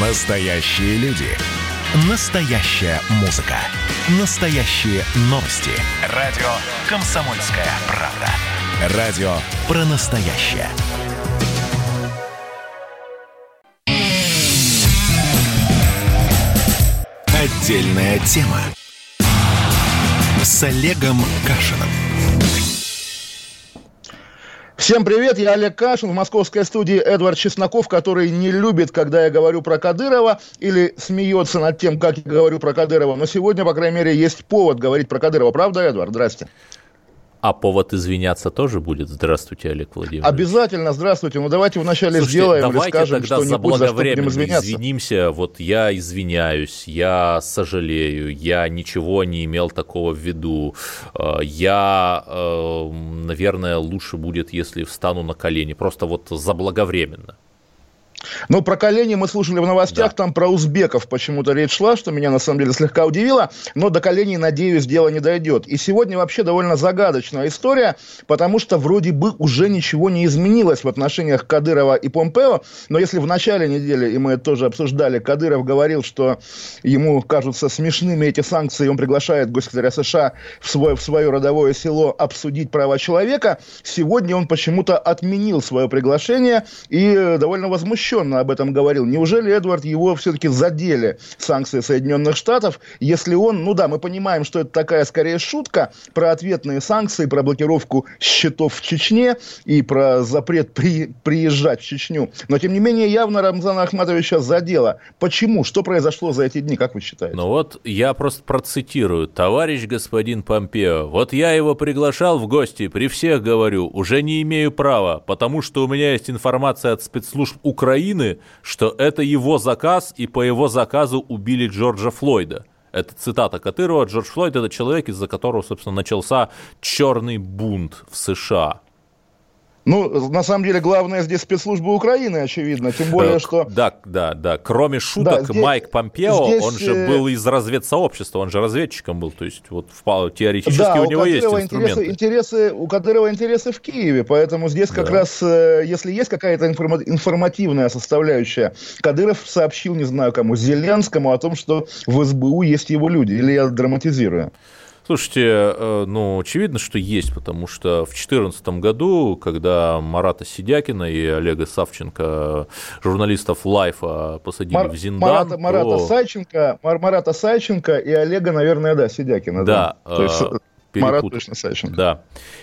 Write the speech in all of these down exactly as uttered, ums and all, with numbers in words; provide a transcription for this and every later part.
Настоящие люди. Настоящая музыка. Настоящие новости. Радио «Комсомольская правда». Радио про настоящее. Отдельная тема. С Олегом Кашиным. Всем привет, я Олег Кашин, в московской студии Эдвард Чесноков, который не любит, когда я говорю про Кадырова, или смеется над тем, как я говорю про Кадырова. Но сегодня, по крайней мере, есть повод говорить про Кадырова. Правда, Эдвард? Здрасте. А повод извиняться тоже будет? Здравствуйте, Олег Владимирович. Обязательно, здравствуйте. Ну, давайте вначале Слушайте, сделаем или давайте скажем тогда что-нибудь, за что будем извиняться. Извинимся. Вот я извиняюсь, я сожалею, я ничего не имел такого в виду. Я, наверное, лучше будет, если встану на колени. Просто вот заблаговременно. Ну, про колени мы слушали в новостях, да. Там про узбеков почему-то речь шла, что меня на самом деле слегка удивило, но до коленей, надеюсь, дело не дойдет. И сегодня вообще довольно загадочная история, потому что вроде бы уже ничего не изменилось в отношениях Кадырова и Помпео, но если в начале недели, и мы это тоже обсуждали, Кадыров говорил, что ему кажутся смешными эти санкции, и он приглашает госсекретаря США в свое, в свое родовое село обсудить права человека, сегодня он почему-то отменил свое приглашение и довольно возмущен об этом говорил. Неужели, Эдвард, его все-таки задели санкции Соединенных Штатов, если он, ну да, мы понимаем, что это такая скорее шутка про ответные санкции, про блокировку счетов в Чечне и про запрет при, приезжать в Чечню, но тем не менее явно Рамзана Ахматовича задело. Почему? Что произошло за эти дни, как вы считаете? Ну вот я просто процитирую. Товарищ господин Помпео, вот я его приглашал в гости, при всех говорю, уже не имею права, потому что у меня есть информация от спецслужб Украины, что это его заказ, и по его заказу убили Джорджа Флойда. Это цитата Кадырова. Джордж Флойд – это человек, из-за которого, собственно, начался черный бунт в США. Ну, на самом деле, главное здесь спецслужбы Украины, очевидно, тем более, что... Да, да, да. Кроме шуток, да, здесь, Майк Помпео, здесь... он же был из разведсообщества, он же разведчиком был, то есть вот теоретически да, у, у него есть инструменты. Интересы, у Кадырова интересы в Киеве, поэтому здесь как да. раз, если есть какая-то информативная составляющая, Кадыров сообщил, не знаю кому, Зеленскому о том, что в СБУ есть его люди, или я драматизирую? Слушайте, ну, очевидно, что есть, потому что в две тысячи четырнадцатом году, когда Марата Сидякина и Олега Савченко, журналистов Лайфа, посадили Мар- в Зиндан... Марата, то... Марата, Савченко, Мар- Марата Савченко и Олега, наверное, да, Сидякина. Да, да. То есть Марат точно Савченко. Да.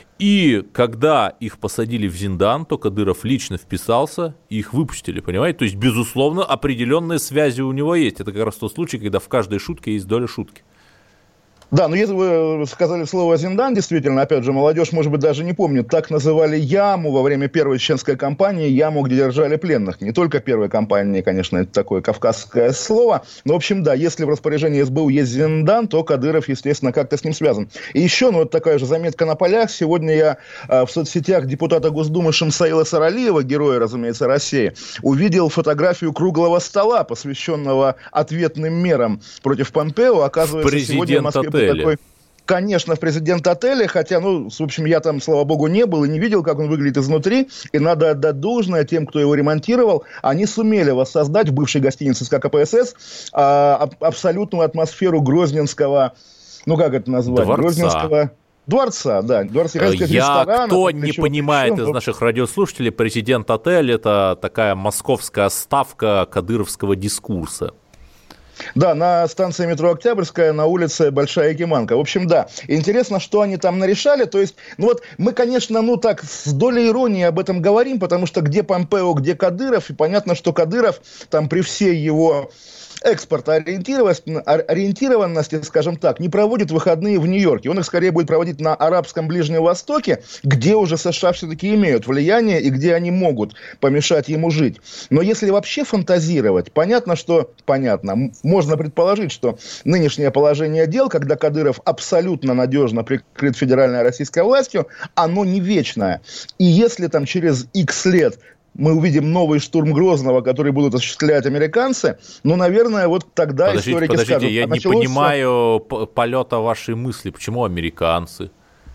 И когда их посадили в Зиндан, то Кадыров лично вписался, и их выпустили, понимаете? То есть, безусловно, определенные связи у него есть. Это как раз тот случай, когда в каждой шутке есть доля шутки. Да, но если вы сказали слово «Зиндан», действительно, опять же, молодежь, может быть, даже не помнит, так называли яму во время первой чеченской кампании, яму, где держали пленных. Не только первой кампании, конечно, это такое кавказское слово, но, в общем, да, если в распоряжении СБУ есть Зиндан, то Кадыров, естественно, как-то с ним связан. И еще, ну, вот такая же заметка на полях. Сегодня я э, в соцсетях депутата Госдумы Шамсаила Саралиева, героя, разумеется, России, увидел фотографию круглого стола, посвященного ответным мерам против Помпео. Оказывается, президент сегодня в Москве... Такой, конечно, в президент-отеле, хотя, ну, в общем, я там, слава богу, не был и не видел, как он выглядит изнутри, и надо отдать должное тем, кто его ремонтировал, они сумели воссоздать в бывшей гостинице СК КПСС а, абсолютную атмосферу грозненского, ну, как это назвать? Дворца. Грозненского... Дворца, да. Дворца, я, ресторана, кто не понимает из наших радиослушателей, президент-отель – это такая московская ставка кадыровского дискурса. Да, на станции метро Октябрьская, на улице Большая Якиманка. В общем, да. Интересно, что они там нарешали. То есть, ну вот, мы, конечно, ну так, с долей иронии об этом говорим, потому что где Помпео, где Кадыров, и понятно, что Кадыров там при всей его экспортоориентированности, скажем так, не проводит выходные в Нью-Йорке. Он их скорее будет проводить на арабском Ближнем Востоке, где уже США все-таки имеют влияние и где они могут помешать ему жить. Но если вообще фантазировать, понятно, что... Понятно. Можно предположить, что нынешнее положение дел, когда Кадыров абсолютно надежно прикрыт федеральной российской властью, оно не вечное. И если там через X лет мы увидим новый штурм Грозного, который будут осуществлять американцы, ну, наверное, вот тогда подождите, историки подождите, скажут... я а не началось... понимаю полета вашей мысли. Почему американцы?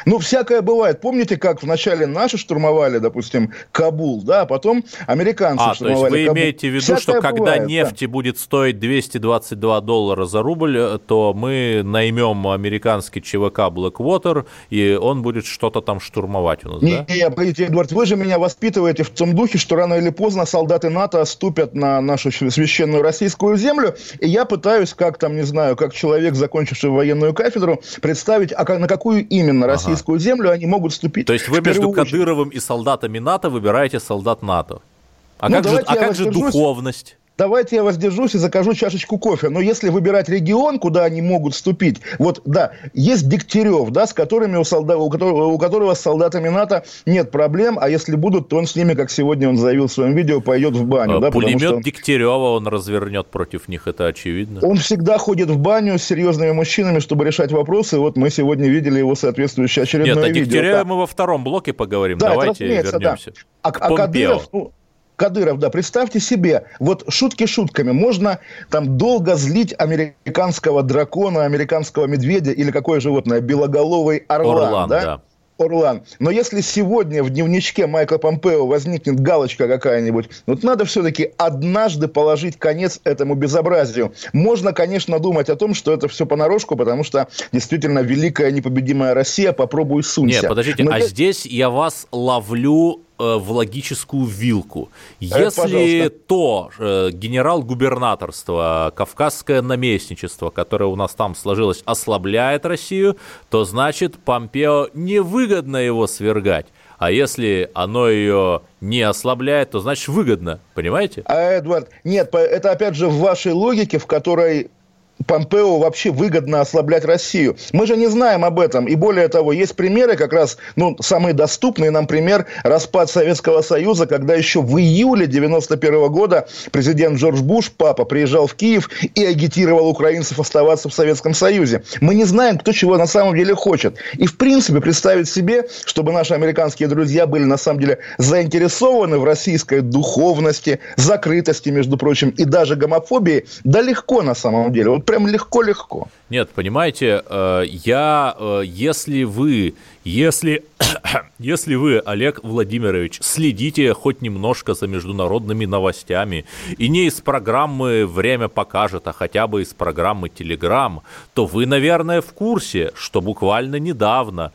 Ну, всякое бывает. Помните, как вначале наши штурмовали, допустим, Кабул, да, а потом американцы а, штурмовали Кабул. А, то есть вы Кабул. имеете в виду, всякое что когда бывает, нефть да. будет стоить двести двадцать два доллара за рубль, то мы наймем американский ЧВК Blackwater, и он будет что-то там штурмовать у нас, не, да? Не, погодите, Эдуард, вы же меня воспитываете в том духе, что рано или поздно солдаты НАТО ступят на нашу священную российскую землю, и я пытаюсь, как там, не знаю, как человек, закончивший военную кафедру, представить, а как, на какую именно российскую ага. землю они могут ступить. То есть вы между Кадыровым и солдатами НАТО выбираете солдат НАТО. А ну, как, же, а как же духовность? Давайте я воздержусь и закажу чашечку кофе. Но если выбирать регион, куда они могут вступить, вот, да, есть Дегтярев, да, с которыми у, солдат, у, которого, у которого с солдатами НАТО нет проблем, а если будут, то он с ними, как сегодня он заявил в своем видео, пойдет в баню. А, да, пулемет что... Дегтярева он развернет против них, это очевидно. Он всегда ходит в баню с серьезными мужчинами, чтобы решать вопросы. Вот мы сегодня видели его соответствующее очередное видео. Нет, о Дегтяреве да. мы во втором блоке поговорим. Да, давайте вернемся. Да. А, а Кадыров... Ну, Кадыров, да, представьте себе, вот шутки шутками, можно там долго злить американского дракона, американского медведя или какое животное, белоголовый орлан, Орлан, да? да. Орлан. Но если сегодня в дневничке Майкла Помпео возникнет галочка какая-нибудь, вот надо все-таки однажды положить конец этому безобразию. Можно, конечно, думать о том, что это все понарошку, потому что действительно великая непобедимая Россия, попробуй сунься. Нет, подождите, Но а я... здесь я вас ловлю в логическую вилку. Если это, то э, генерал-губернаторство, кавказское наместничество, которое у нас там сложилось, ослабляет Россию, то значит Помпео невыгодно его свергать. А если оно ее не ослабляет, то значит выгодно. Понимаете? А, Эдуард, нет, это опять же в вашей логике, в которой Помпео вообще выгодно ослаблять Россию. Мы же не знаем об этом. И более того, есть примеры, как раз, ну, самый доступный нам пример распад Советского Союза, когда еще в июле девяносто первого года президент Джордж Буш, папа, приезжал в Киев и агитировал украинцев оставаться в Советском Союзе. Мы не знаем, кто чего на самом деле хочет. И, в принципе, представить себе, чтобы наши американские друзья были на самом деле заинтересованы в российской духовности, закрытости, между прочим, и даже гомофобии, да легко на самом деле. Вот прям легко-легко. Нет, понимаете, я, если вы, если, если вы, Олег Владимирович, следите хоть немножко за международными новостями, и не из программы «Время покажет», а хотя бы из программы «Телеграм», то вы, наверное, в курсе, что буквально недавно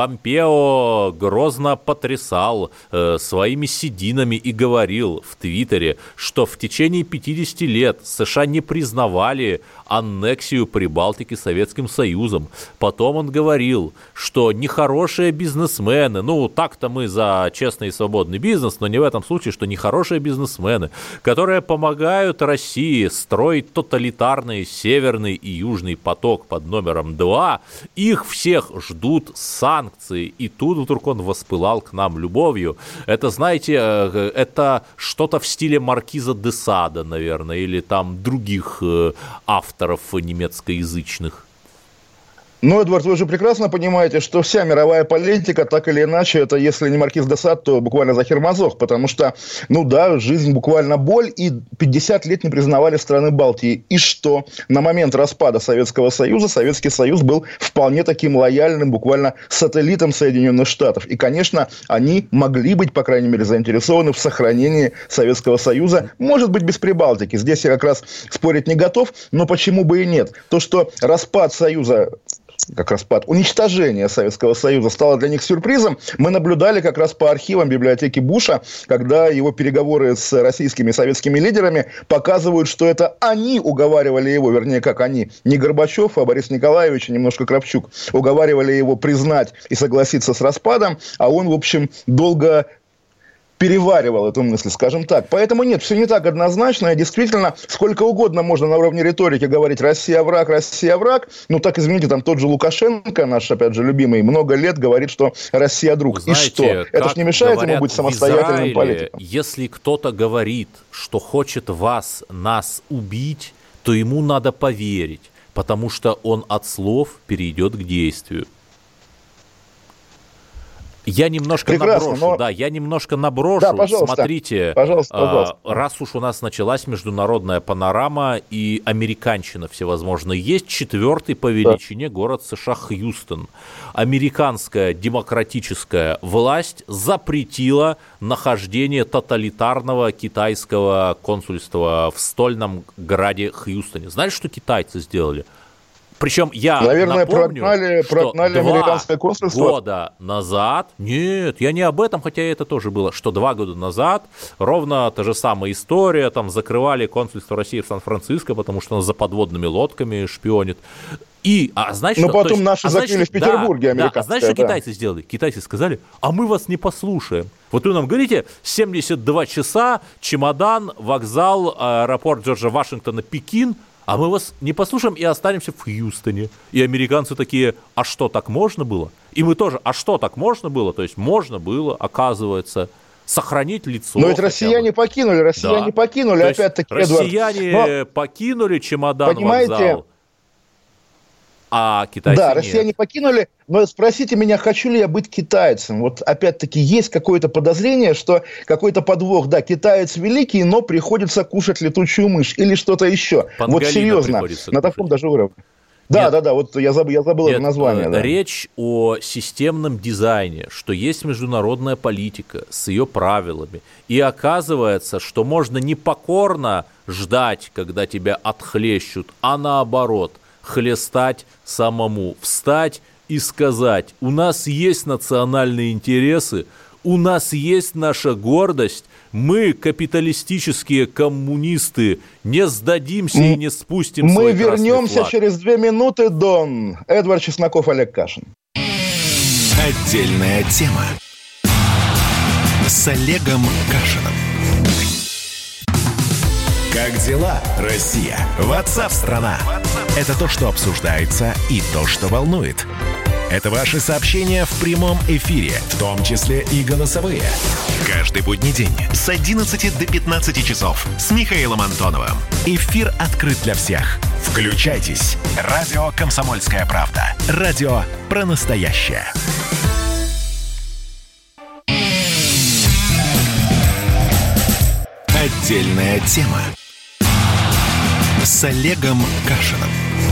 Помпео грозно потрясал э, своими сединами и говорил в Твиттере, что в течение пятидесяти лет США не признавали аннексию Прибалтики Советским Союзом. Потом он говорил, что нехорошие бизнесмены, ну так-то мы за честный и свободный бизнес, но не в этом случае, что нехорошие бизнесмены, которые помогают России строить тоталитарный Северный и Южный поток под номером два, их всех ждут санкции. И тут вдруг он воспылал к нам любовью. Это, знаете, это что-то в стиле маркиза де Сада, наверное, или там других авторов немецкоязычных. Ну, Эдвард, вы же прекрасно понимаете, что вся мировая политика, так или иначе, это, если не маркиз де Сад, то буквально Захир Мазох, потому что, ну да, жизнь буквально боль, и пятьдесят лет не признавали страны Балтии. И что? На момент распада Советского Союза Советский Союз был вполне таким лояльным, буквально сателлитом Соединенных Штатов. И, конечно, они могли быть, по крайней мере, заинтересованы в сохранении Советского Союза, может быть, без Прибалтики. Здесь я как раз спорить не готов, но почему бы и нет? То, что распад Союза... как распад, уничтожение Советского Союза стало для них сюрпризом, мы наблюдали как раз по архивам библиотеки Буша, когда его переговоры с российскими и советскими лидерами показывают, что это они уговаривали его, вернее, как они, не Горбачев, а Борис Николаевич, и немножко Кравчук, уговаривали его признать и согласиться с распадом, а он, в общем, долго... переваривал эту мысль, скажем так. Поэтому нет, все не так однозначно. И действительно, сколько угодно можно на уровне риторики говорить «Россия враг, Россия враг». Ну, так, извините, там тот же Лукашенко, наш, опять же, любимый, много лет говорит, что Россия друг. Знаете, и что? Это ж не мешает ему быть самостоятельным Израиле, политиком. Если кто-то говорит, что хочет вас, нас убить, то ему надо поверить, потому что он от слов перейдет к действию. Я немножко Прекрасно, наброшу, но... да, я немножко наброшу. Да, пожалуйста. Смотрите, пожалуйста, пожалуйста. Э, раз уж у нас началась международная панорама и американщина всевозможная, есть четвертый по величине да. город США Хьюстон. Американская демократическая власть запретила нахождение тоталитарного китайского консульства в стольном граде Хьюстоне. Знаешь, что китайцы сделали? Причем я Наверное, напомню, прогнали, что прогнали два американское консульство. года назад, нет, я не об этом, хотя это тоже было, что два года назад ровно та же самая история, там закрывали консульство России в Сан-Франциско, потому что оно за подводными лодками шпионит. И, а знаешь, Но что, потом есть, наши а закрыли знаешь, в Петербурге, да, американцы. Да, а знаешь, что да. китайцы сделали? Китайцы сказали, а мы вас не послушаем. Вот вы нам говорите, семьдесят два часа, чемодан, вокзал, аэропорт Джорджа Вашингтона, Пекин, а мы вас не послушаем и останемся в Хьюстоне. И американцы такие, а что, так можно было? И мы тоже, а что, так можно было? То есть можно было, оказывается, сохранить лицо. Но ведь россияне бы. покинули, россияне да. покинули, То опять-таки, россияне Эдвард. покинули чемодан, понимаете, вокзал. А китайцы Да, нет. россияне покинули, но спросите меня, хочу ли я быть китайцем. Вот опять-таки есть какое-то подозрение, что какой-то подвох, да, китаец великий, но приходится кушать летучую мышь или что-то еще. Панголина вот серьезно, на кушать. таком даже уровне. Да, Нет, да, да, вот я забыл, я забыл нет, это название. Да. Речь о системном дизайне, что есть международная политика с ее правилами. И оказывается, что можно не покорно ждать, когда тебя отхлещут, а наоборот, хлестать самому, встать и сказать, у нас есть национальные интересы, у нас есть наша гордость, мы, капиталистические коммунисты, не сдадимся и не спустим Мы свой красный вернемся флаг. через две минуты, Дон. Эдвард Чесноков, Олег Кашин. Отдельная тема с Олегом Кашиным. Как дела, Россия? Ватсап-страна! Это то, что обсуждается и то, что волнует. Это ваши сообщения в прямом эфире, в том числе и голосовые. Каждый будний день с одиннадцати до пятнадцати часов с Михаилом Антоновым. Эфир открыт для всех. Включайтесь. Радио «Комсомольская правда». Радио про настоящее. Отдельная тема с Олегом Кашиным.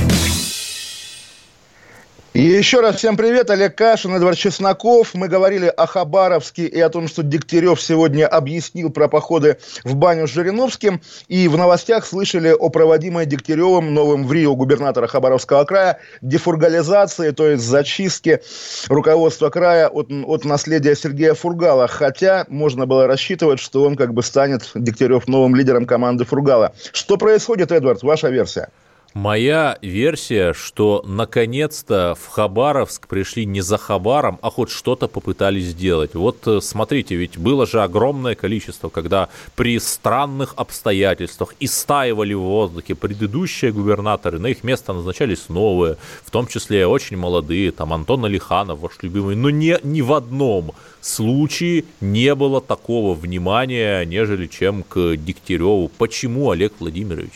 И еще раз всем привет, Олег Кашин, Эдвард Чесноков. Мы говорили о Хабаровске и о том, что Дегтярев сегодня объяснил про походы в баню с Жириновским. И в новостях слышали о проводимой Дегтяревым, новым в Рио губернатора Хабаровского края, дефургализации, то есть зачистки руководства края от, от наследия Сергея Фургала. Хотя можно было рассчитывать, что он как бы станет, Дегтярев, новым лидером команды Фургала. Что происходит, Эдвард, ваша версия? Моя версия, что наконец-то в Хабаровск пришли не за Хабаром, а хоть что-то попытались сделать. Вот смотрите, ведь было же огромное количество, когда при странных обстоятельствах истаивали в воздухе предыдущие губернаторы, на их место назначались новые, в том числе очень молодые, там Антон Алиханов, ваш любимый, но не, ни в одном случае не было такого внимания, нежели чем к Дегтяреву. Почему, Олег Владимирович?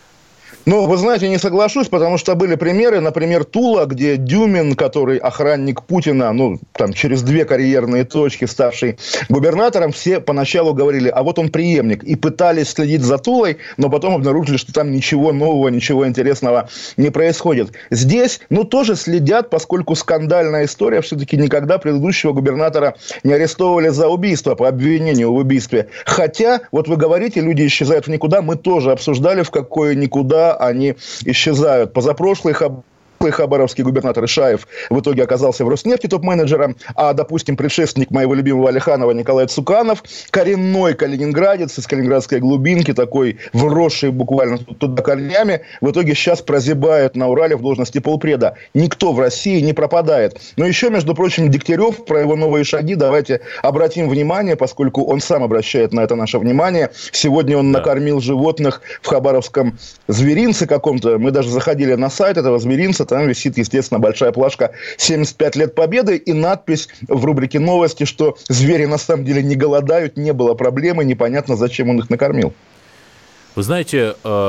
Ну, вы знаете, не соглашусь, потому что были примеры, например, Тула, где Дюмин, который охранник Путина, ну, там, через две карьерные точки, ставший губернатором, все поначалу говорили, а вот он преемник, и пытались следить за Тулой, но потом обнаружили, что там ничего нового, ничего интересного не происходит. Здесь, ну, тоже следят, поскольку скандальная история, все-таки никогда предыдущего губернатора не арестовывали за убийство, по обвинению в убийстве. Хотя, вот вы говорите, люди исчезают в никуда, мы тоже обсуждали, в какое никуда они исчезают. Позапрошлый хаб... хабаровский губернатор Ишаев в итоге оказался в Роснефти топ-менеджером, а, допустим, предшественник моего любимого Алиханова Николай Цуканов, коренной калининградец из калининградской глубинки, такой вросший буквально туда корнями, в итоге сейчас прозябает на Урале в должности полпреда. Никто в России не пропадает. Но еще, между прочим, Дегтярев, про его новые шаги давайте обратим внимание, поскольку он сам обращает на это наше внимание. Сегодня он да. накормил животных в хабаровском зверинце каком-то. Мы даже заходили на сайт этого зверинца. Там висит, естественно, большая плашка «семьдесят пять лет Победы» и надпись в рубрике «Новости», что звери на самом деле не голодают, не было проблемы, непонятно, зачем он их накормил. Вы знаете,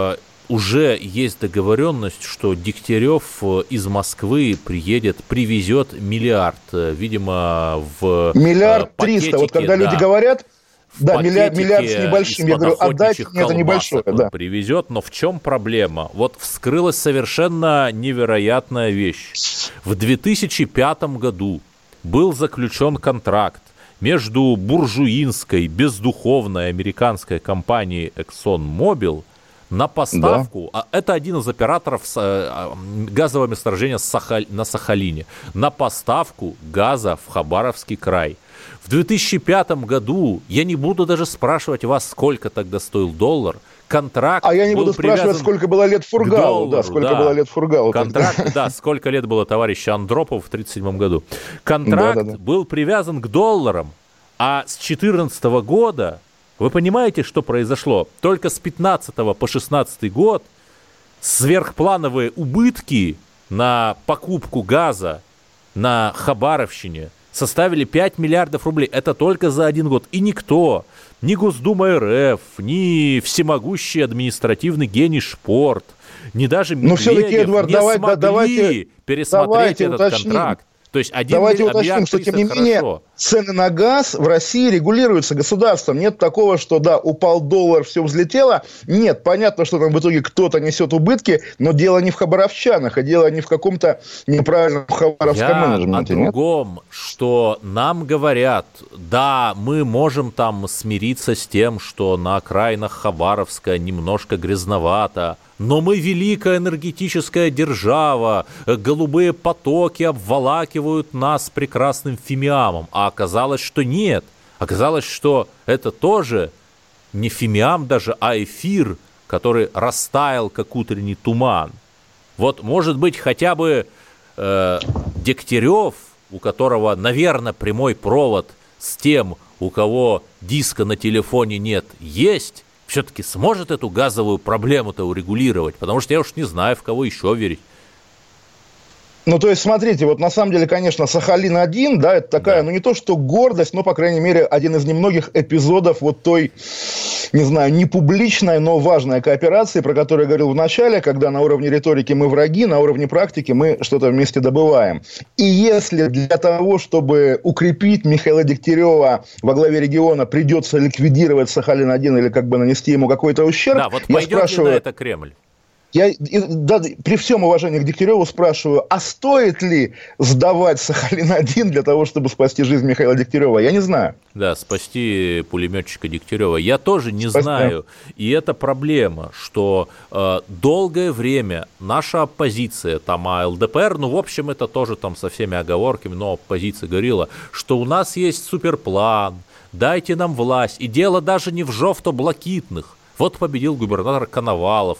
уже есть договоренность, что Дегтярев из Москвы приедет, привезет миллиард, видимо, в миллиард триста. Вот когда да, люди говорят, да, миллиард, миллиард с небольшим, я говорю, отдайте мне это небольшое. Он да. привезет, но в чем проблема? Вот вскрылась совершенно невероятная вещь. В две тысячи пятом году был заключен контракт между буржуинской, бездуховной американской компанией ExxonMobil на поставку, да. а это один из операторов газового месторождения на Сахалине, на поставку газа в Хабаровский край. В две тысячи пятом году, я не буду даже спрашивать вас, сколько тогда стоил доллар, контракт А я не буду спрашивать, сколько было лет Фургалу. Доллару, да, сколько да. было лет Фургалу. Контракт, тогда. да, сколько лет было товарищу Андропову в тридцать седьмом году. Контракт да, да, да. был привязан к долларам, а с две тысячи четырнадцатого года, вы понимаете, что произошло? Только с пятнадцатого по шестнадцатый год сверхплановые убытки на покупку газа на Хабаровщине составили пять миллиардов рублей. Это только за один год. И никто, ни Госдума РФ, ни всемогущий административный гений Шпорт, ни даже Медведев все-таки, Эдуард, не давай, смогли да, давайте, пересмотреть давайте этот уточним. контракт. То есть один Давайте миллиард, уточним, что, тем не менее, хорошо. цены на газ в России регулируются государством. Нет такого, что, да, упал доллар, все взлетело. Нет, понятно, что там в итоге кто-то несет убытки, но дело не в хабаровчанах, а дело не в каком-то неправильном хабаровском Я менеджменте. о другом, нет? Что нам говорят, да, мы можем там смириться с тем, что на окраинах Хабаровска немножко грязновато, но мы великая энергетическая держава, голубые потоки обволакивают нас прекрасным фимиамом. А оказалось, что нет. Оказалось, что это тоже не фимиам даже, а эфир, который растаял, как утренний туман. Вот, может быть, хотя бы э, Дегтярев, у которого, наверное, прямой провод с тем, у кого диска на телефоне нет, есть, все-таки сможет эту газовую проблему-то урегулировать, потому что я уж не знаю, в кого еще верить. Ну, то есть, смотрите, вот на самом деле, конечно, Сахалин-один, да, это такая, да. ну, не то что гордость, но, по крайней мере, один из немногих эпизодов вот той, не знаю, не публичной, но важной кооперации, про которую я говорил в начале, когда на уровне риторики мы враги, на уровне практики мы что-то вместе добываем. И если для того, чтобы укрепить Михаила Дегтярева во главе региона, придется ликвидировать Сахалин-один или как бы нанести ему какой-то ущерб, да, вот я пойдет спрашиваю... ли на это Кремль? Я да, при всем уважении к Дегтяреву спрашиваю, а стоит ли сдавать Сахалин-один для того, чтобы спасти жизнь Михаила Дегтярева? Я не знаю. Да, спасти пулеметчика Дегтярева. Я тоже не Спасибо. знаю. И это проблема, что э, долгое время наша оппозиция, там, а ЛДПР, ну, в общем, это тоже там со всеми оговорками, но оппозиция говорила, что у нас есть суперплан, дайте нам власть. И дело даже не в жовто-блакитных. Вот победил губернатор Коновалов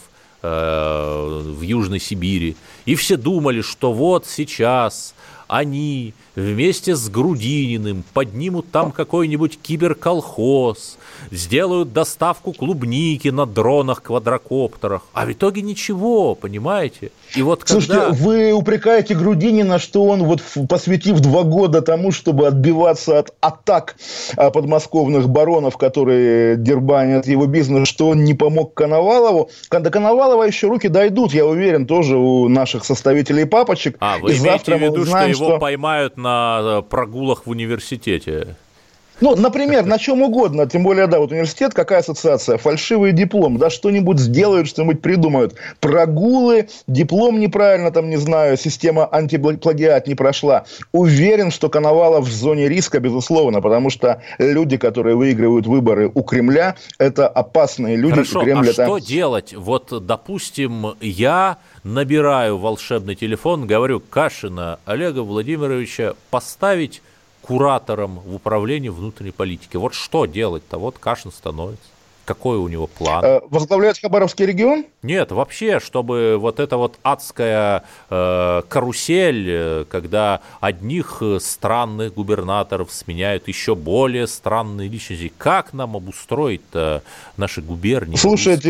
в Южной Сибири. И все думали, что вот сейчас они вместе с Грудининым поднимут там какой-нибудь киберколхоз, сделают доставку клубники на дронах-квадрокоптерах. А в итоге ничего, понимаете? И вот когда... Слушайте, вы упрекаете Грудинина, что он, вот посвятив два года тому, чтобы отбиваться от атак подмосковных баронов, которые дербанят его бизнес, что он не помог Коновалову. До Коновалова еще руки дойдут, я уверен, тоже у наших составителей папочек. А, вы и имеете в виду, узнаем, что его что... поймают на прогулах в университете? Ну, например, на чем угодно, тем более, да, вот университет, какая ассоциация? Фальшивый диплом, да, что-нибудь сделают, что-нибудь придумают. Прогулы, диплом неправильно, там, не знаю, система антиплагиат не прошла. Уверен, что Коновалов в зоне риска, безусловно, потому что люди, которые выигрывают выборы у Кремля, это опасные люди. Хорошо, Кремль, а это... что делать? Вот, допустим, я набираю волшебный телефон, говорю: Кашина Олега Владимировича поставить куратором в управлении внутренней политики. Вот что делать-то? Вот Кашин становится. Какой у него план? Возглавлять Хабаровский регион? Нет, вообще, чтобы вот эта вот адская э, карусель, когда одних странных губернаторов сменяют еще более странные личности. Как нам обустроить-то наши губернии? Слушайте,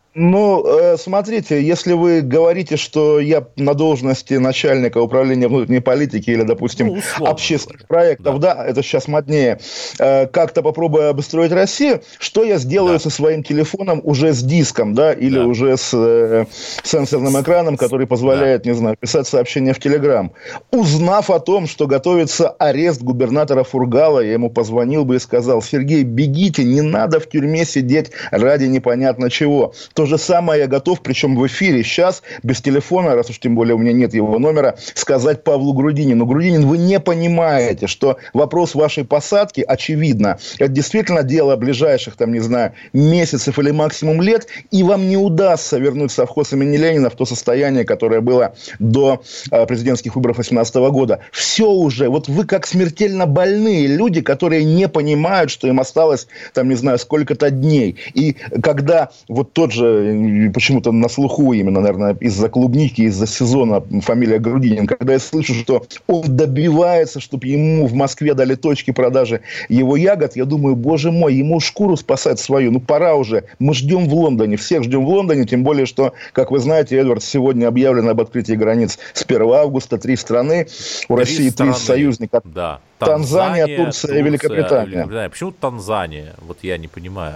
Ну, э, смотрите, если вы говорите, что я на должности начальника управления внутренней политики или, допустим, ну, общественных говоря. проектов, да. да, это сейчас моднее, э, как-то попробую обустроить Россию, что я сделаю да. со своим телефоном уже с диском, да, или да. уже с э, сенсорным экраном, который позволяет, да. не знаю, писать сообщения в Телеграм. Узнав о том, что готовится арест губернатора Фургала, я ему позвонил бы и сказал: Сергей, бегите, не надо в тюрьме сидеть ради непонятно чего. То же самое я готов, причем в эфире сейчас, без телефона, раз уж тем более у меня нет его номера, сказать Павлу Грудинину: Грудинин, вы не понимаете, что вопрос вашей посадки, очевидно, это действительно дело ближайших, там, не знаю, месяцев или максимум лет, и вам не удастся вернуть совхоз имени Ленина в то состояние, которое было до э, президентских выборов две тысячи восемнадцатого года. Все уже, вот вы как смертельно больные люди, которые не понимают, что им осталось, там, не знаю, сколько-то дней. И когда вот тот же, почему-то на слуху именно, наверное, из-за клубники, из-за сезона фамилия Грудинин, когда я слышу, что он добивается, чтобы ему в Москве дали точки продажи его ягод, я думаю, боже мой, ему шкуру спасать свою, ну пора уже, мы ждем в Лондоне, всех ждем в Лондоне, тем более, что, как вы знаете, Эдвард, сегодня объявлено об открытии границ с первого августа, три страны, у три России страны. три союзника, да. Танзания, Танзания, Турция, Турция и Великобритания. Великобритания. Почему Танзания? Вот я не понимаю.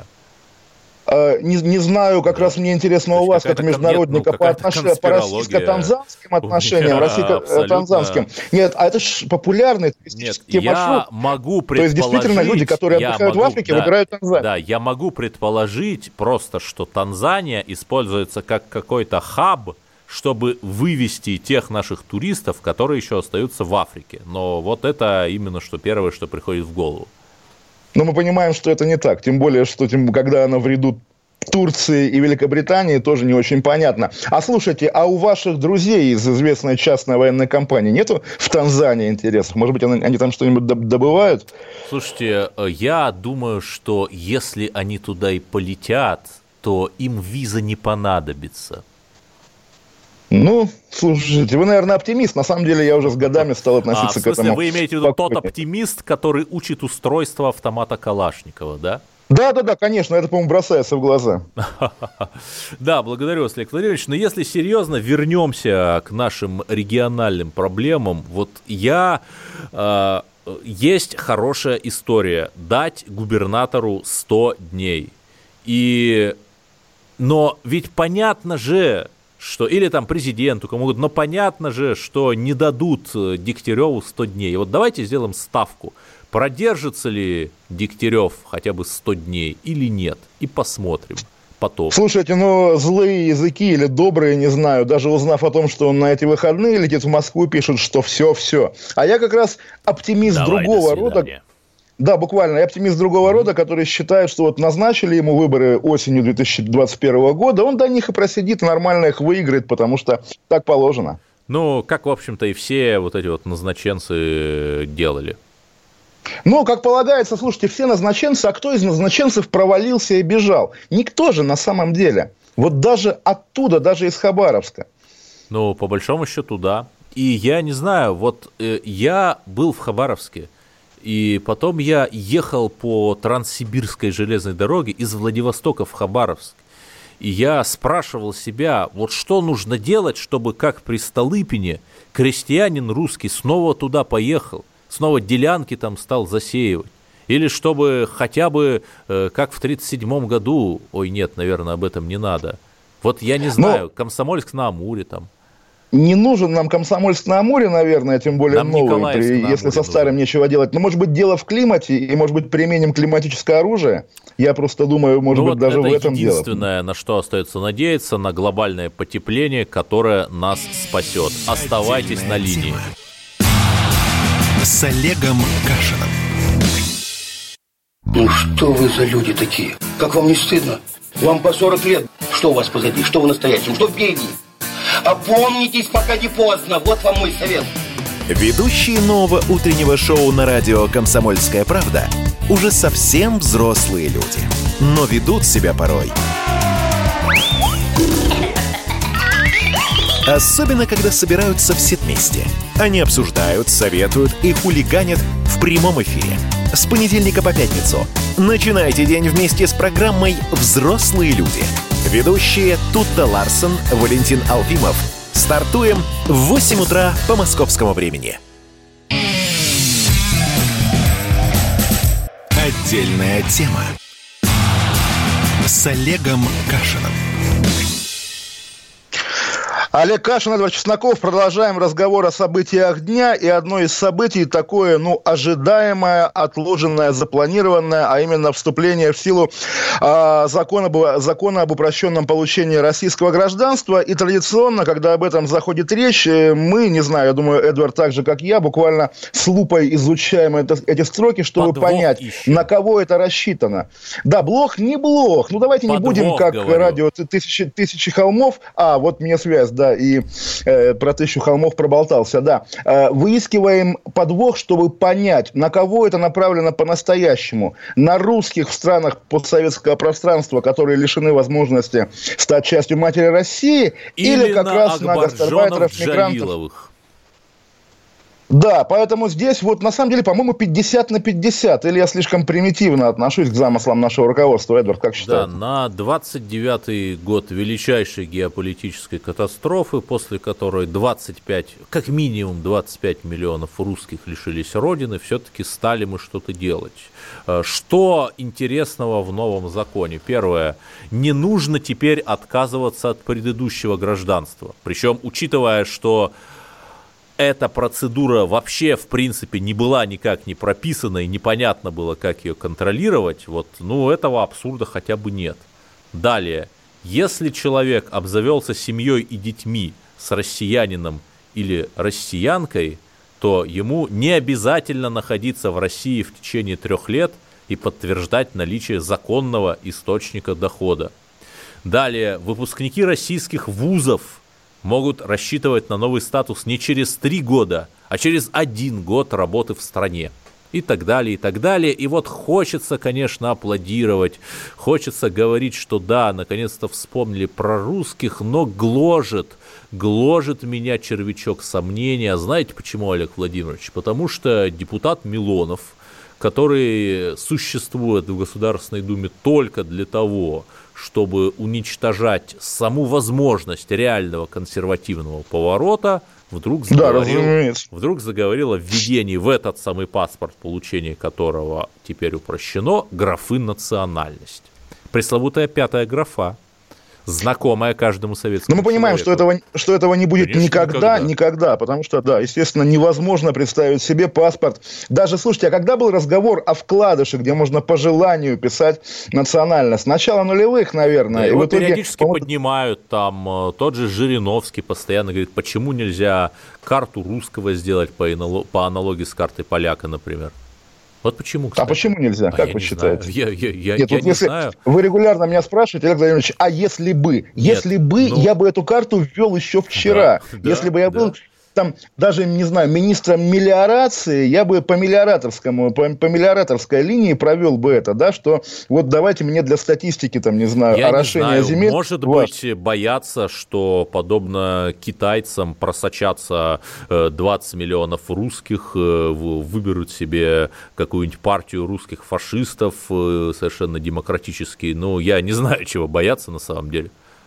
Не, не знаю, как да. раз мне интересно у вас, как международника, нет, ну, по, отнош... по российско-танзанским отношениям, российско-танзанским. Нет, а это же популярный туристический нет, маршрут. Я могу предположить, то есть, действительно, люди, которые отдыхают могу, в Африке, да, выбирают Танзанию. Да, я могу предположить просто, что Танзания используется как какой-то хаб, чтобы вывести тех наших туристов, которые еще остаются в Африке. Но вот это именно что первое, что приходит в голову. Но мы понимаем, что это не так. Тем более, что тем, когда она в ряду Турции и Великобритании, тоже не очень понятно. А слушайте, а у ваших друзей из известной частной военной компании нету в Танзании интересов? Может быть, они, они там что-нибудь добывают? Слушайте, я думаю, что если они туда и полетят, то им виза не понадобится. Ну, слушайте, вы, наверное, оптимист. На самом деле, я уже с годами стал относиться а, в смысле, к этому. Вы имеете в виду тот оптимист, который учит устройство автомата Калашникова, да? Да, да, да, конечно, это, по-моему, бросается в глаза. Да, благодарю вас, Олег Владимирович. Но если серьезно, вернемся к нашим региональным проблемам. Вот я... Э, есть хорошая история. Дать губернатору сто дней. И... Но ведь понятно же... что или там президенту, кому-то, но понятно же, что не дадут Дегтяреву сто дней. Вот давайте сделаем ставку, продержится ли Дегтярев хотя бы сто дней или нет, и посмотрим потом. Слушайте, ну, злые языки или добрые, не знаю, даже узнав о том, что он на эти выходные летит в Москву, пишут, что все-все. А я как раз оптимист Давай, другого рода. Да, буквально. Я оптимист другого mm-hmm. рода, который считает, что вот назначили ему выборы осенью две тысячи двадцать первого года, он до них и просидит, нормально их выиграет, потому что так положено. Ну, как, в общем-то, и все вот эти вот назначенцы делали. Ну, как полагается, слушайте, все назначенцы, а кто из назначенцев провалился и бежал? Никто же на самом деле. Вот даже оттуда, даже из Хабаровска. Ну, по большому счету, да. И я не знаю, вот э, я был в Хабаровске, и потом я ехал по Транссибирской железной дороге из Владивостока в Хабаровск. И я спрашивал себя, вот что нужно делать, чтобы, как при Столыпине, крестьянин русский снова туда поехал, снова делянки там стал засеивать. Или чтобы хотя бы, э, как в тридцать седьмом году, ой, нет, наверное, об этом не надо. Вот я не знаю, Но... Комсомольск-на-Амуре там. Не нужен нам Комсомольск-на-Амуре, наверное, тем более нам новый, при, если со старым нечего делать. Но, может быть, дело в климате, и, может быть, применим климатическое оружие. Я просто думаю, может ну быть, вот даже в этом дело. Это единственное, на что остается надеяться, на глобальное потепление, которое нас спасет. Оставайтесь на линии. С Олегом Кашиным. Ну что вы за люди такие? Как вам не стыдно? Вам по сорок лет. Что у вас позади? Что в настоящем? Что впереди? Опомнитесь, пока не поздно. Вот вам мой совет. Ведущие нового утреннего шоу на радио «Комсомольская правда» уже совсем взрослые люди, но ведут себя порой. Особенно, когда собираются все вместе. Они обсуждают, советуют и хулиганят в прямом эфире. С понедельника по пятницу. Начинайте день вместе с программой «Взрослые люди». Ведущие Тутта Ларсон, Валентин Алфимов. Стартуем в восемь утра по московскому времени. Отдельная тема с Олегом Кашиным. Олег Кашин, Эдвард Чесноков. Продолжаем разговор о событиях дня. И одно из событий такое, ну, ожидаемое, отложенное, запланированное, а именно вступление в силу э, закона, закона об упрощенном получении российского гражданства. И традиционно, когда об этом заходит речь, мы, не знаю, я думаю, Эдвард так же, как я, буквально с лупой изучаем это, эти строки, чтобы Подвох понять, ищем. На кого это рассчитано. Да, блох не блох. Ну, давайте Подвох, не будем, как говорю. Радио тысячи, тысячи холмов. А, вот мне связь, да. Да, и э, про тысячу холмов проболтался, да. Э, выискиваем подвох, чтобы понять, на кого это направлено по-настоящему. На русских в странах постсоветского пространства, которые лишены возможности стать частью матери России, или, или как на раз на гастарбайтеров, мигрантов. Да, поэтому здесь вот на самом деле, по-моему, пятьдесят на пятьдесят. Или я слишком примитивно отношусь к замыслам нашего руководства, Эдвард, как считаете? Да, на двадцать девятый год величайшей геополитической катастрофы, после которой двадцать пять, как минимум двадцать пять миллионов русских лишились родины, все-таки стали мы что-то делать. Что интересного в новом законе? Первое, не нужно теперь отказываться от предыдущего гражданства. Причем, учитывая, что эта процедура вообще, в принципе, не была никак не прописана и непонятно было, как ее контролировать, вот, ну, этого абсурда хотя бы нет. Далее, если человек обзавелся семьей и детьми с россиянином или россиянкой, то ему не обязательно находиться в России в течение трех лет и подтверждать наличие законного источника дохода. Далее, выпускники российских вузов могут рассчитывать на новый статус не через три года, а через один год работы в стране. И так далее, и так далее. И вот хочется, конечно, аплодировать, хочется говорить, что да, наконец-то вспомнили про русских, но гложет, гложет меня червячок сомнения. Знаете почему, Олег Владимирович? Потому что депутат Милонов, который существует в Государственной Думе только для того, чтобы уничтожать саму возможность реального консервативного поворота, вдруг заговорил, да, вдруг заговорил о введении в этот самый паспорт, получение которого теперь упрощено, графы «национальность». Пресловутая пятая графа, знакомая каждому советскому Но мы понимаем, что этого, что этого не будет Конечно, никогда, никогда, никогда, потому что, да, естественно, невозможно представить себе паспорт. Даже, слушайте, а когда был разговор о вкладыше, где можно по желанию писать национальность? С начала нулевых, наверное. Да, и его в итоге, периодически поднимают, там, тот же Жириновский постоянно говорит, почему нельзя карту русского сделать по аналогии с картой поляка, например. Вот почему, кстати. А почему нельзя? А как вы считаете? Я, я, я, Нет, я вот не если знаю. Вы регулярно меня спрашиваете, Олег Владимирович, а если бы? Нет, если бы ну... я бы эту карту ввел еще вчера. Да, если да, бы я был... Да. Там, даже, не знаю, министром мелиорации, я бы по мелиораторскому, по, по мелиораторской линии провел бы это, да, что вот давайте мне для статистики, там, не знаю, я орошения не знаю, земель. Может ваш. быть, боятся, что, подобно китайцам, просочатся двадцать миллионов русских, выберут себе какую-нибудь партию русских фашистов, совершенно демократические. Ну, я не знаю, чего бояться на самом деле.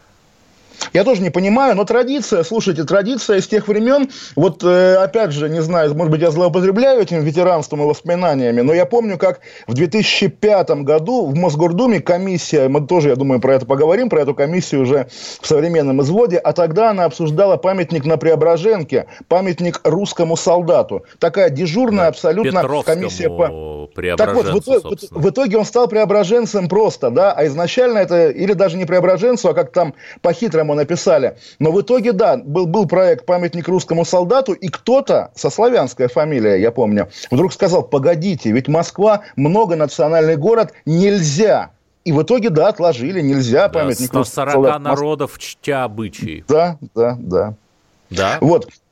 Я тоже не понимаю, но традиция, слушайте, традиция из тех времен, вот э, опять же, не знаю, может быть, я злоупотребляю этим ветеранством и воспоминаниями, но я помню, как в две тысячи пятом году в Мосгордуме комиссия, мы тоже, я думаю, про это поговорим, про эту комиссию уже в современном изводе, а тогда она обсуждала памятник на Преображенке, памятник русскому солдату. Такая дежурная да, абсолютно комиссия по... Так вот, в итоге, в итоге он стал преображенцем просто, да, а изначально это, или даже не преображенцу, а как там по-хитрому написали. Но в итоге, да, был, был проект «Памятник русскому солдату», и кто-то со славянской фамилией, я помню, вдруг сказал, погодите, ведь Москва многонациональный город, нельзя. И в итоге, да, отложили, нельзя да, памятник русскому солдату. сто сорок народов чтя обычаи. Да, да, да. Да. Вот.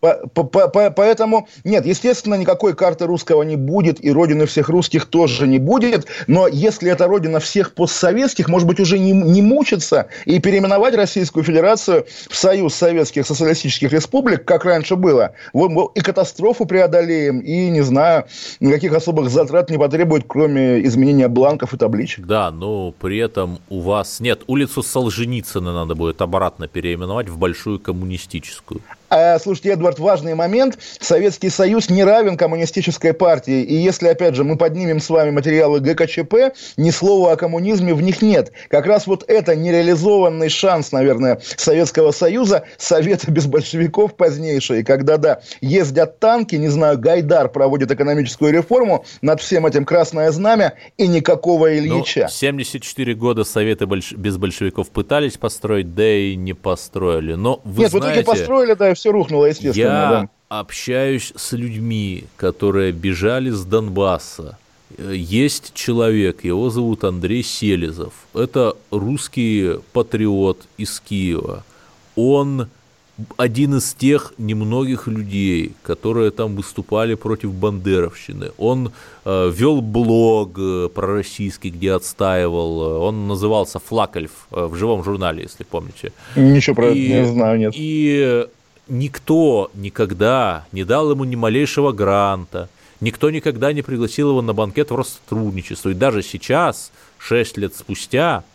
Поэтому, нет, естественно, никакой карты русского не будет, и родины всех русских тоже не будет, но если это родина всех постсоветских, может быть, уже не, не мучиться и переименовать Российскую Федерацию в Союз Советских Социалистических Республик, как раньше было, вот, и катастрофу преодолеем, и, не знаю, никаких особых затрат не потребует, кроме изменения бланков и табличек. Да, но при этом у вас нет, улицу Солженицына надо будет обратно переименовать в Большую Коммунистическую. Слушайте, Эдвард, важный момент. Советский Союз не равен коммунистической партии. И если, опять же, мы поднимем с вами материалы ГКЧП, ни слова о коммунизме в них нет. Как раз вот это нереализованный шанс, наверное, Советского Союза, Совета без большевиков позднейшие, когда, да, ездят танки, не знаю, Гайдар проводит экономическую реформу, над всем этим красное знамя и никакого Ильича. Ну, семьдесят четыре года Советы больш... без большевиков пытались построить, да и не построили. Но вы нет, знаете... в итоге построили, да, и все рухнуло, естественно. Я да. общаюсь с людьми, которые бежали с Донбасса. Есть человек, его зовут Андрей Селезов. Это русский патриот из Киева. Он один из тех немногих людей, которые там выступали против бандеровщины. Он э, вел блог э, пророссийский, где отстаивал. Он назывался «Флакельф» э, в живом журнале, если помните. Ничего про это и, не знаю, нет. И никто никогда не дал ему ни малейшего гранта, никто никогда не пригласил его на банкет в Россотрудничество. И даже сейчас, шесть лет спустя,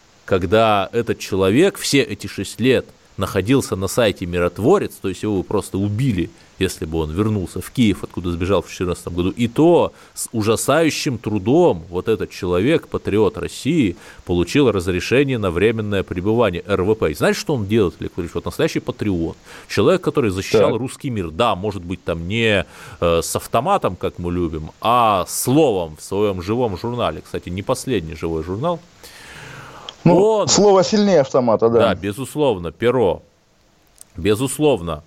когда этот человек все эти шесть лет находился на сайте «Миротворец», то есть его бы просто убили, если бы он вернулся в Киев, откуда сбежал в две тысячи четырнадцатом году, и то с ужасающим трудом вот этот человек, патриот России, получил разрешение на временное пребывание эр вэ пэ. И знаете, что он делает, Олег Владимирович? Вот настоящий патриот, человек, который защищал так. русский мир, да, может быть, там не э, с автоматом, как мы любим, а словом в своем живом журнале, кстати, не последний живой журнал. Ну, он, слово сильнее автомата, да. Да, безусловно, перо, безусловно.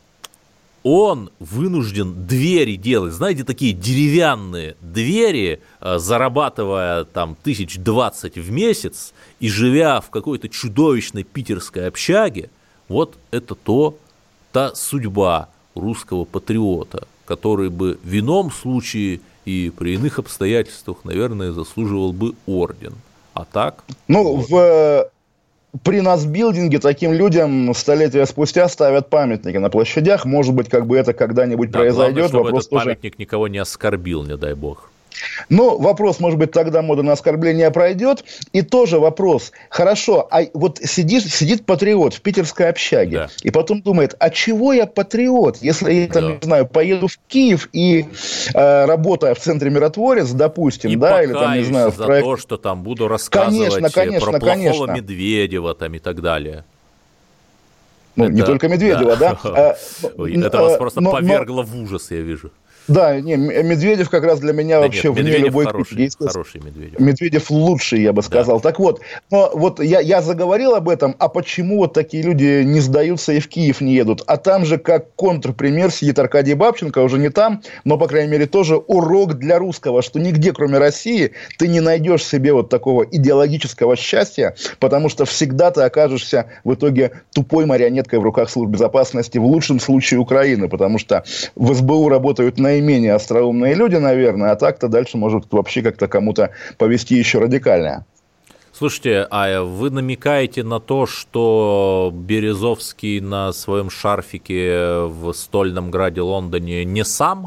Он вынужден двери делать, знаете, такие деревянные двери, зарабатывая там тысяч двадцать в месяц и живя в какой-то чудовищной питерской общаге. Вот это то, та судьба русского патриота, который бы в ином случае и при иных обстоятельствах, наверное, заслуживал бы орден. А так? Ну, вот. в, при насбилдинге таким людям столетия спустя ставят памятники на площадях. Может быть, как бы это когда-нибудь да, произойдет. Главное, чтобы вопрос этот тоже... памятник никого не оскорбил, не дай бог. Ну, вопрос, может быть, тогда мода на оскорбление пройдет. И тоже вопрос, хорошо, а вот сидит, сидит патриот в питерской общаге, да. и потом думает, а чего я патриот, если я, там, да. не знаю, поеду в Киев и, э, работая в центре «Миротворец», допустим, и да, или там, не знаю, в за проект... то, что там буду рассказывать конечно, конечно, про плохого конечно. Медведева там и так далее. Ну, это... не только Медведева, да? да? Ой, это вас просто но, повергло но... в ужас, я вижу. Да, не, Медведев как раз для меня да вообще нет, вне Медведев любой хороший, хороший Медведев. Медведев лучший, я бы сказал. Да. Так вот, но вот я, я заговорил об этом, а почему вот такие люди не сдаются и в Киев не едут? А там же как контрпример сидит Аркадий Бабченко, уже не там, но, по крайней мере, тоже урок для русского, что нигде, кроме России, ты не найдешь себе вот такого идеологического счастья, потому что всегда ты окажешься в итоге тупой марионеткой в руках служб безопасности, в лучшем случае Украины, потому что в эс бэ у работают на наименее остроумные люди, наверное, а так-то дальше может вообще как-то кому-то повести еще радикальнее. Слушайте, а вы намекаете на то, что Березовский на своем шарфике в Стольном Граде Лондоне не сам?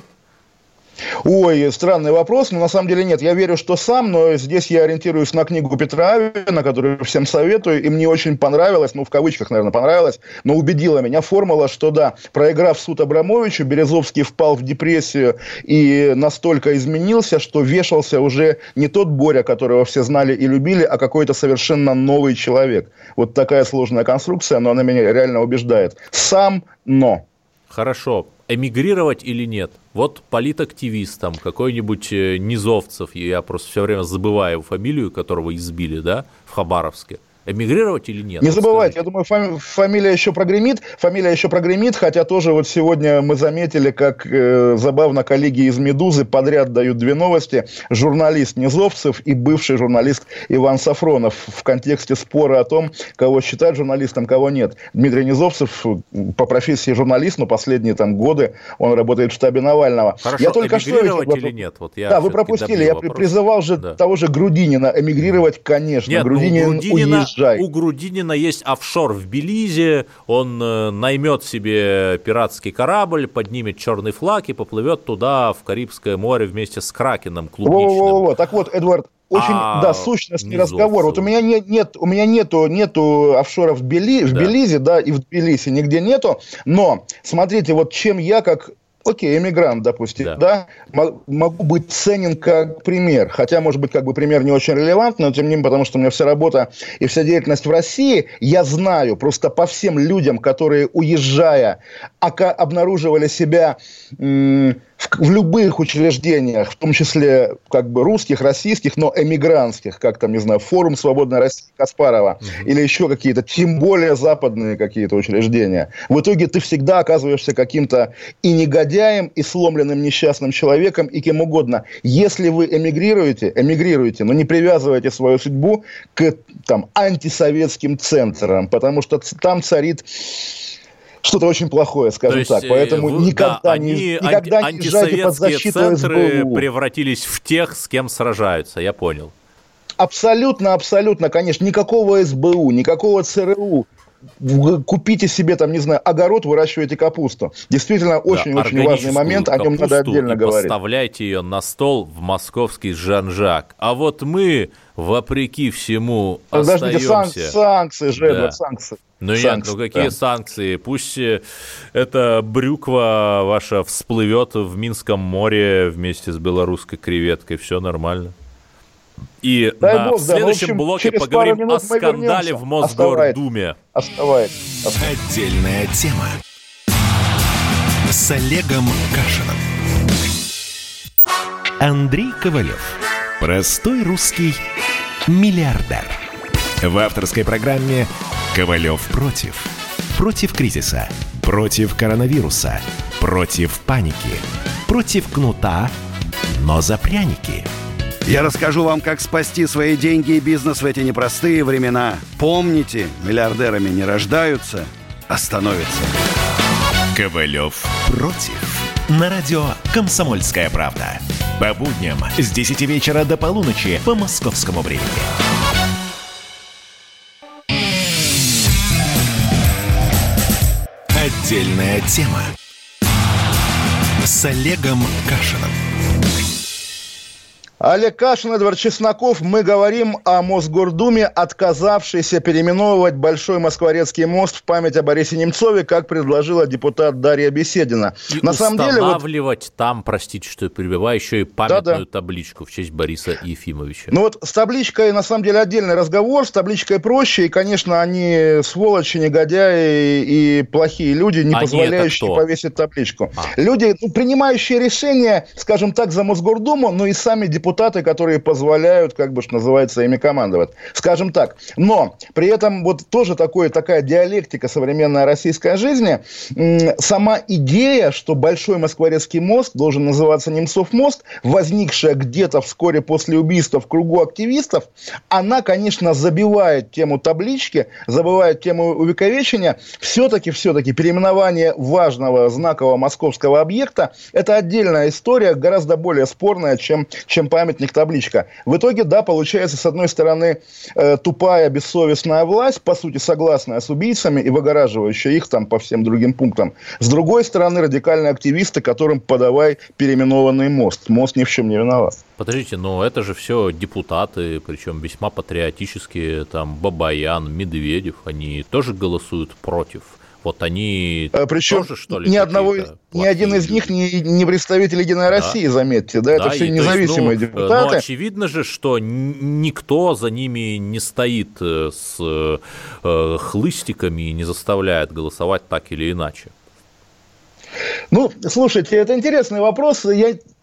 Ой, странный вопрос, но на самом деле нет. Я верю, что сам, но здесь я ориентируюсь на книгу Петра Авина, которую всем советую, и мне очень понравилось, ну, в кавычках, наверное, понравилось, но убедила меня формула, что да, проиграв суд Абрамовичу, Березовский впал в депрессию и настолько изменился, что вешался уже не тот Боря, которого все знали и любили, а какой-то совершенно новый человек. Вот такая сложная конструкция, но она меня реально убеждает. Сам, но... Хорошо. Эмигрировать или нет? Вот политактивистам, какой-нибудь Низовцев, я просто все время забываю фамилию, которого избили, да, в Хабаровске, Эмигрировать или нет? Не забывайте, я думаю, фами- фамилия еще прогремит, фамилия еще прогремит, хотя тоже вот сегодня мы заметили, как э, забавно коллеги из «Медузы» подряд дают две новости. Журналист Низовцев и бывший журналист Иван Сафронов в контексте спора о том, кого считать журналистом, кого нет. Дмитрий Низовцев по профессии журналист, но последние там годы он работает в штабе Навального. Хорошо, я только эмигрировать что... или нет? Вот я да, вы пропустили, я вопрос. призывал же да. того же Грудинина эмигрировать, конечно. Нет, Грудинин у Грудинина, уезжай. У Грудинина есть офшор в Белизе, он э, наймет себе пиратский корабль, поднимет черный флаг и поплывет туда, в Карибское море, вместе с Кракеном клубничным. Во-во-во-во. Так вот, Эдвард, очень, а, да, сущностный разговор. Вот у меня нет, нет, у меня нету, нету офшоров в, Бели, в да. Белизе, да, и в Тбилиси нигде нету, но, смотрите, вот чем я как... Окей, эмигрант, допустим, да. да, могу быть ценен как пример, хотя, может быть, как бы пример не очень релевантный, но тем не менее, потому что у меня вся работа и вся деятельность в России, я знаю просто по всем людям, которые, уезжая, обнаруживали себя м- в, в любых учреждениях, в том числе как бы русских, российских, но эмигрантских, как там, не знаю, форум «Свободной России» Каспарова, угу. или еще какие-то, тем более западные какие-то учреждения. В итоге ты всегда оказываешься каким-то и негодяем, и сломленным несчастным человеком, и кем угодно. Если вы эмигрируете, эмигрируете, но не привязывайте свою судьбу к там, антисоветским центрам, потому что там царит... что-то очень плохое, скажем есть, так. Поэтому вы, никогда, да, не, никогда не езжайте под защиту центры СБУ. Превратились в тех, с кем сражаются, я понял. Абсолютно, абсолютно, конечно. Никакого СБУ, никакого ЦРУ. Купите себе, там, не знаю, огород, выращивайте капусту. Действительно, очень-очень да, важный момент, о нем надо отдельно и говорить. Поставляйте ее на стол в московский Жан-Жак. А вот мы, вопреки всему, Подождите, остаемся... Сан- санкции же, да. санкции. Ну санкции, нет, ну какие да. санкции? Пусть эта брюква ваша всплывет в Минском море вместе с белорусской креветкой, все нормально. И Дай на Бог, в следующем да. В общем, блоке поговорим о скандале в Мосгордуме. Оставает. Оставает. Отдельная тема с Олегом Кашиным. Андрей Ковалев. Простой русский миллиардер. В авторской программе «Ковалев против». Против кризиса, против коронавируса, против паники, против кнута, но за пряники. Я расскажу вам, как спасти свои деньги и бизнес в эти непростые времена. Помните, миллиардерами не рождаются, а становятся. Ковалев против. На радио «Комсомольская правда». По будням с десяти вечера до полуночи по московскому времени. Отдельная тема с Олегом Кашиным. Олег Кашин, Эдвард Чесноков. Мы говорим о Мосгордуме, отказавшейся переименовывать Большой Москворецкий мост в память о Борисе Немцове, как предложила депутат Дарья Беседина. И на самом деле, устанавливать вот... там, простите, что я перебиваю, еще и памятную Да-да. табличку в честь Бориса Ефимовича. Ну вот с табличкой, на самом деле, отдельный разговор, с табличкой проще, и, конечно, они сволочи, негодяи и плохие люди, не Они позволяющие повесить табличку. А. Люди, ну, принимающие решения, скажем так, за Мосгордуму, но и сами депутаты, депутаты, которые позволяют, как бы, что называется, ими командовать. Скажем так. Но при этом вот тоже такое, такая диалектика современной российской жизни. Сама идея, что Большой Москворецкий мост должен называться Немцов мост, возникшая где-то вскоре после убийства в кругу активистов, она, конечно, забивает тему таблички, забывает тему увековечения. Все-таки, все-таки переименование важного знакового московского объекта – это отдельная история, гораздо более спорная, чем, чем памятник, табличка. В итоге, да, получается, с одной стороны, э, тупая, бессовестная власть, по сути, согласная с убийцами и выгораживающая их там по всем другим пунктам. С другой стороны, радикальные активисты, которым подавай переименованный мост. Мост ни в чем не виноват. Подождите, но это же все депутаты, причем весьма патриотические, там, Бабаян, Медведев, они тоже голосуют против. Вот они Причем тоже, что ли, ни, одного, ни один из них не, не представитель Единой да. России, заметьте. Да, да, это все независимые есть, ну, депутаты. Но очевидно же, что никто за ними не стоит с э, хлыстиками и не заставляет голосовать так или иначе. Ну, слушайте, это интересный вопрос. Я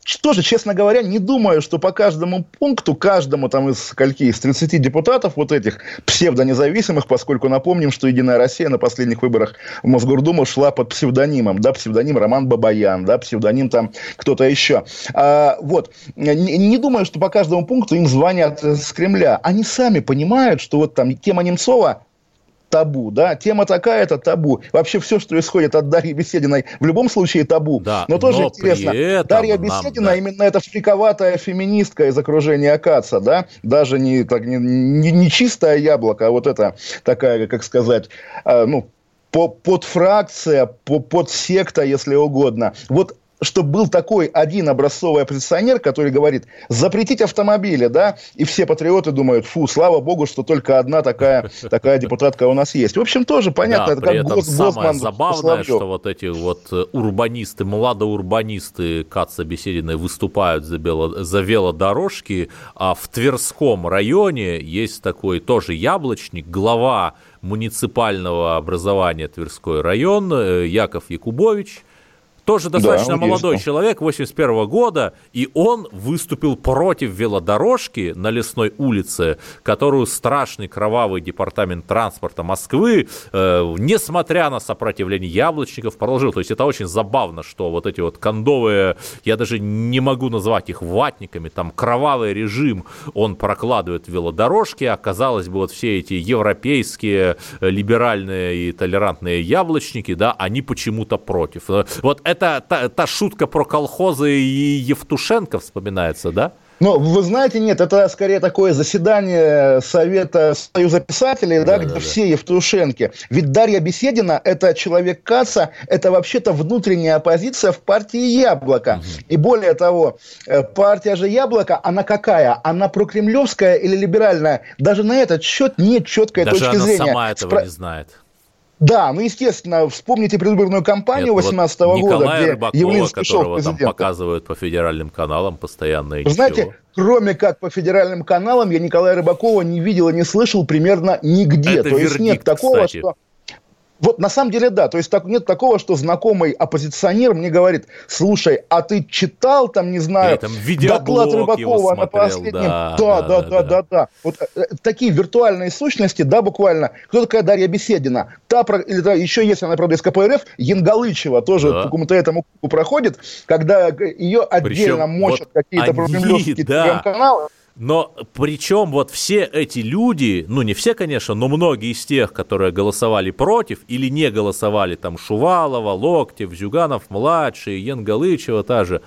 Что же, честно говоря, не думаю, что по каждому пункту, каждому там из скольки, из тридцати депутатов вот этих псевдонезависимых, поскольку напомним, что «Единая Россия» на последних выборах в Мосгордуму шла под псевдонимом, да, псевдоним Роман Бабаян, да, псевдоним там кто-то еще. А, вот, не, не думаю, что по каждому пункту им звонят с Кремля. Они сами понимают, что вот там тема Немцова табу, да, тема такая-то табу. Вообще все, что исходит от Дарьи Бесединой, в любом случае табу. Да, но тоже но интересно, Дарья Беседина нам, да. именно эта фриковатая феминистка из окружения Каца, да, даже не, так, не, не, не чистое яблоко, а вот это такая, как сказать, э, ну, по, подфракция, по, подсекта, если угодно. Вот чтобы был такой один образцовый оппозиционер, который говорит, запретить автомобили, да, и все патриоты думают, фу, слава богу, что только одна такая, такая депутатка у нас есть. В общем, тоже понятно, да, это как Гос, самое забавное, что вот эти вот урбанисты, младоурбанисты Каца Бесединой выступают за, бело, за велодорожки, а в Тверском районе есть такой тоже яблочник, глава муниципального образования Тверской район Яков Якубович, тоже достаточно да, молодой есть. человек, восемьдесят первого года, и он выступил против велодорожки на Лесной улице, которую страшный кровавый департамент транспорта Москвы, э, несмотря на сопротивление яблочников, положил. То есть это очень забавно, что вот эти вот кондовые, я даже не могу назвать их ватниками, там кровавый режим он прокладывает велодорожки, а казалось бы, вот все эти европейские либеральные и толерантные яблочники, да, они почему-то против. Вот это та, та шутка про колхозы и Евтушенко вспоминается, да? Ну, вы знаете, нет, это скорее такое заседание Совета Союза писателей, да, да, где да, все Евтушенки. Ведь Дарья Беседина – это человек Каца, это вообще-то внутренняя оппозиция в партии «Яблоко». Угу. И более того, партия же «Яблоко», она какая? Она прокремлевская или либеральная? Даже на этот счет нет четкой Даже точки она зрения. сама этого Спро... не знает. Да, ну, естественно, вспомните предвыборную кампанию восемнадцатого вот года, где Рыбакова, Явлинский шел которого президентом. там показывают по федеральным каналам постоянно. Вы знаете, кроме как по федеральным каналам, я Николая Рыбакова не видел и не слышал примерно нигде. Это То вердикт, есть нет такого, кстати. что... Вот на самом деле да, то есть так, нет такого, что знакомый оппозиционер мне говорит, слушай, а ты читал там, не знаю, там доклад Рыбакова на последнем? Да, да, да, да, да, да, да. Вот э, такие виртуальные сущности, да, буквально. Кто такая Дарья Беседина? Та, про, или, да, еще есть она, правда, из ка пэ эр эф, Янгалычева, тоже да. по какому-то этому кругу проходит, когда ее отдельно Причем мочат вот какие-то прокремлевские да. телеграм-каналы. Но причем вот все эти люди, ну не все, конечно, но многие из тех, которые голосовали против или не голосовали, там Шувалова, Локтев, Зюганов-младший, Янгалычева та же,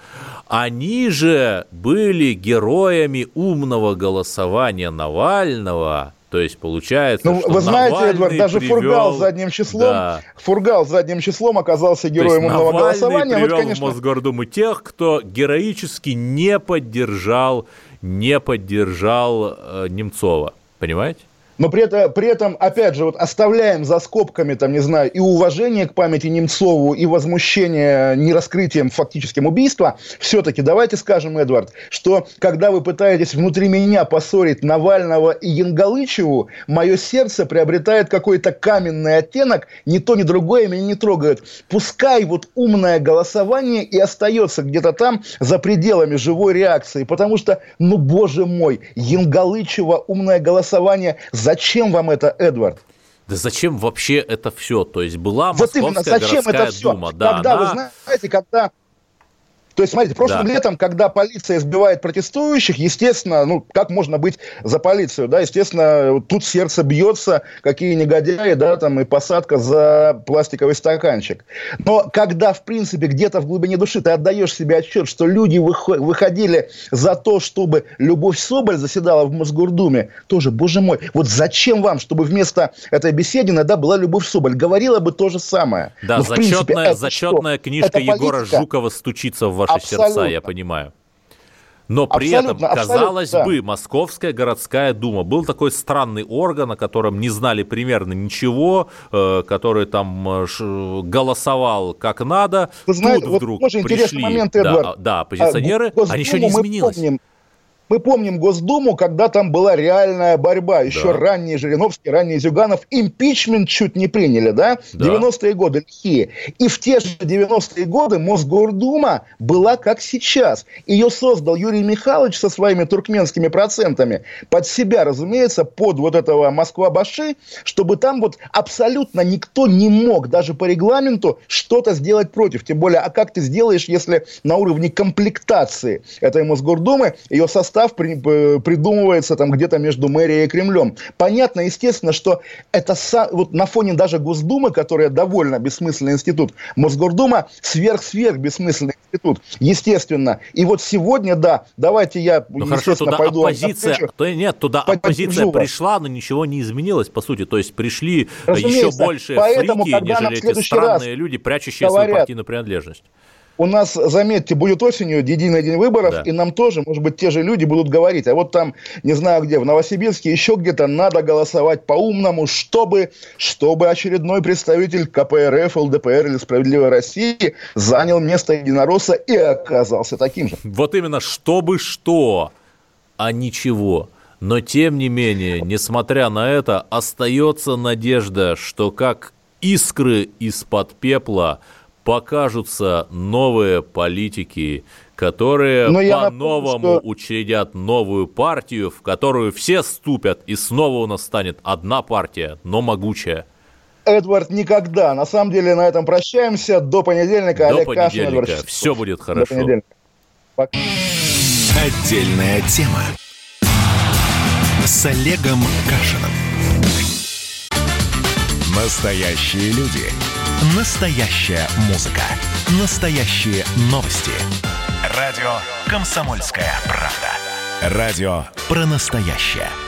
они же были героями умного голосования Навального. То есть получается, ну, что вы знаете, Навальный Эдвард, даже привел... Фургал задним числом, да. Фургал задним числом оказался героем умного Навальный голосования. привел вот, конечно... в Мосгордуму тех, кто героически не поддержал, не поддержал э, Немцова, понимаете? Но при этом, при этом, опять же, вот оставляем за скобками, там, не знаю, и уважение к памяти Немцову, и возмущение нераскрытием фактическим убийства. Все-таки давайте скажем, Эдвард, что когда вы пытаетесь внутри меня поссорить Навального и Янгалычеву, мое сердце приобретает какой-то каменный оттенок, ни то, ни другое меня не трогает. Пускай вот умное голосование и остается где-то там за пределами живой реакции, потому что, ну, боже мой, Янгалычева, умное голосование – зачем вам это, Эдвард? Да зачем вообще это все? То есть была вот Московская именно, зачем городская это все? дума. Да, когда, она... вы знаете, когда... То есть, смотрите, прошлым да. летом, когда полиция избивает протестующих, естественно, ну, как можно быть за полицию, да, естественно, тут сердце бьется, какие негодяи, да, там, и посадка за пластиковый стаканчик. Но когда, в принципе, где-то в глубине души ты отдаешь себе отчет, что люди выходили за то, чтобы Любовь Соболь заседала в Мосгордуме, тоже, боже мой, вот зачем вам, чтобы вместо этой Бесединой, да, была Любовь Соболь, говорила бы то же самое. Да, но, зачетная, принципе, зачетная книжка Егора Жукова «Стучится в ваши абсолютно. сердца», я понимаю. Но при абсолютно, этом, казалось да. бы, Московская городская дума был такой странный орган, о котором не знали примерно ничего, э, который там э, голосовал как надо. Вы знаете, Тут вот вдруг тоже пришли интересный момент, Эдвард. Да, да, оппозиционеры, а, а ничего не изменилось. Помним, Мы помним Госдуму, когда там была реальная борьба. Еще да. ранние Жириновский, ранние Зюганов импичмент чуть не приняли, да? да? девяностые годы лихие. И в те же девяностые годы Мосгордума была как сейчас. Ее создал Юрий Михайлович со своими туркменскими процентами. Под себя, разумеется, под вот этого Москва-Баши, чтобы там вот абсолютно никто не мог даже по регламенту что-то сделать против. Тем более, а как ты сделаешь, если на уровне комплектации этой Мосгордумы ее состав придумывается там где-то между мэрией и Кремлем. Понятно, естественно, что это вот на фоне даже Госдумы, которая довольно бессмысленный институт, Мосгордума сверх-сверх бессмысленный институт. Естественно. И вот сегодня, да, давайте я, ну, хорошо, туда пойду... Оппозиция, то, нет, туда оппозиция пришла, но ничего не изменилось, по сути. То есть пришли еще больше фрики, нежели эти странные люди, прячущие говорят, свою партийную принадлежность. У нас, заметьте, будет осенью единый день выборов, да. и нам тоже, может быть, те же люди будут говорить. А вот там, не знаю где, в Новосибирске, еще где-то надо голосовать по-умному, чтобы, чтобы очередной представитель ка пэ эр эф, эл дэ пэ эр или «Справедливой России» занял место единоросса и оказался таким же. Вот именно, чтобы что, а ничего. Но, тем не менее, несмотря на это, остается надежда, что как искры из-под пепла покажутся новые политики, которые по-новому напомню, что... учредят новую партию, в которую все вступят, и снова у нас станет одна партия, но могучая. Эдвард, никогда. На самом деле на этом прощаемся. До понедельника. До Олег понедельника. Кашин, все будет хорошо. До понедельника. Пока. Отдельная тема с Олегом Кашиным. Настоящие люди. Настоящая музыка. Настоящие новости. Радио «Комсомольская правда». Радио про настоящее.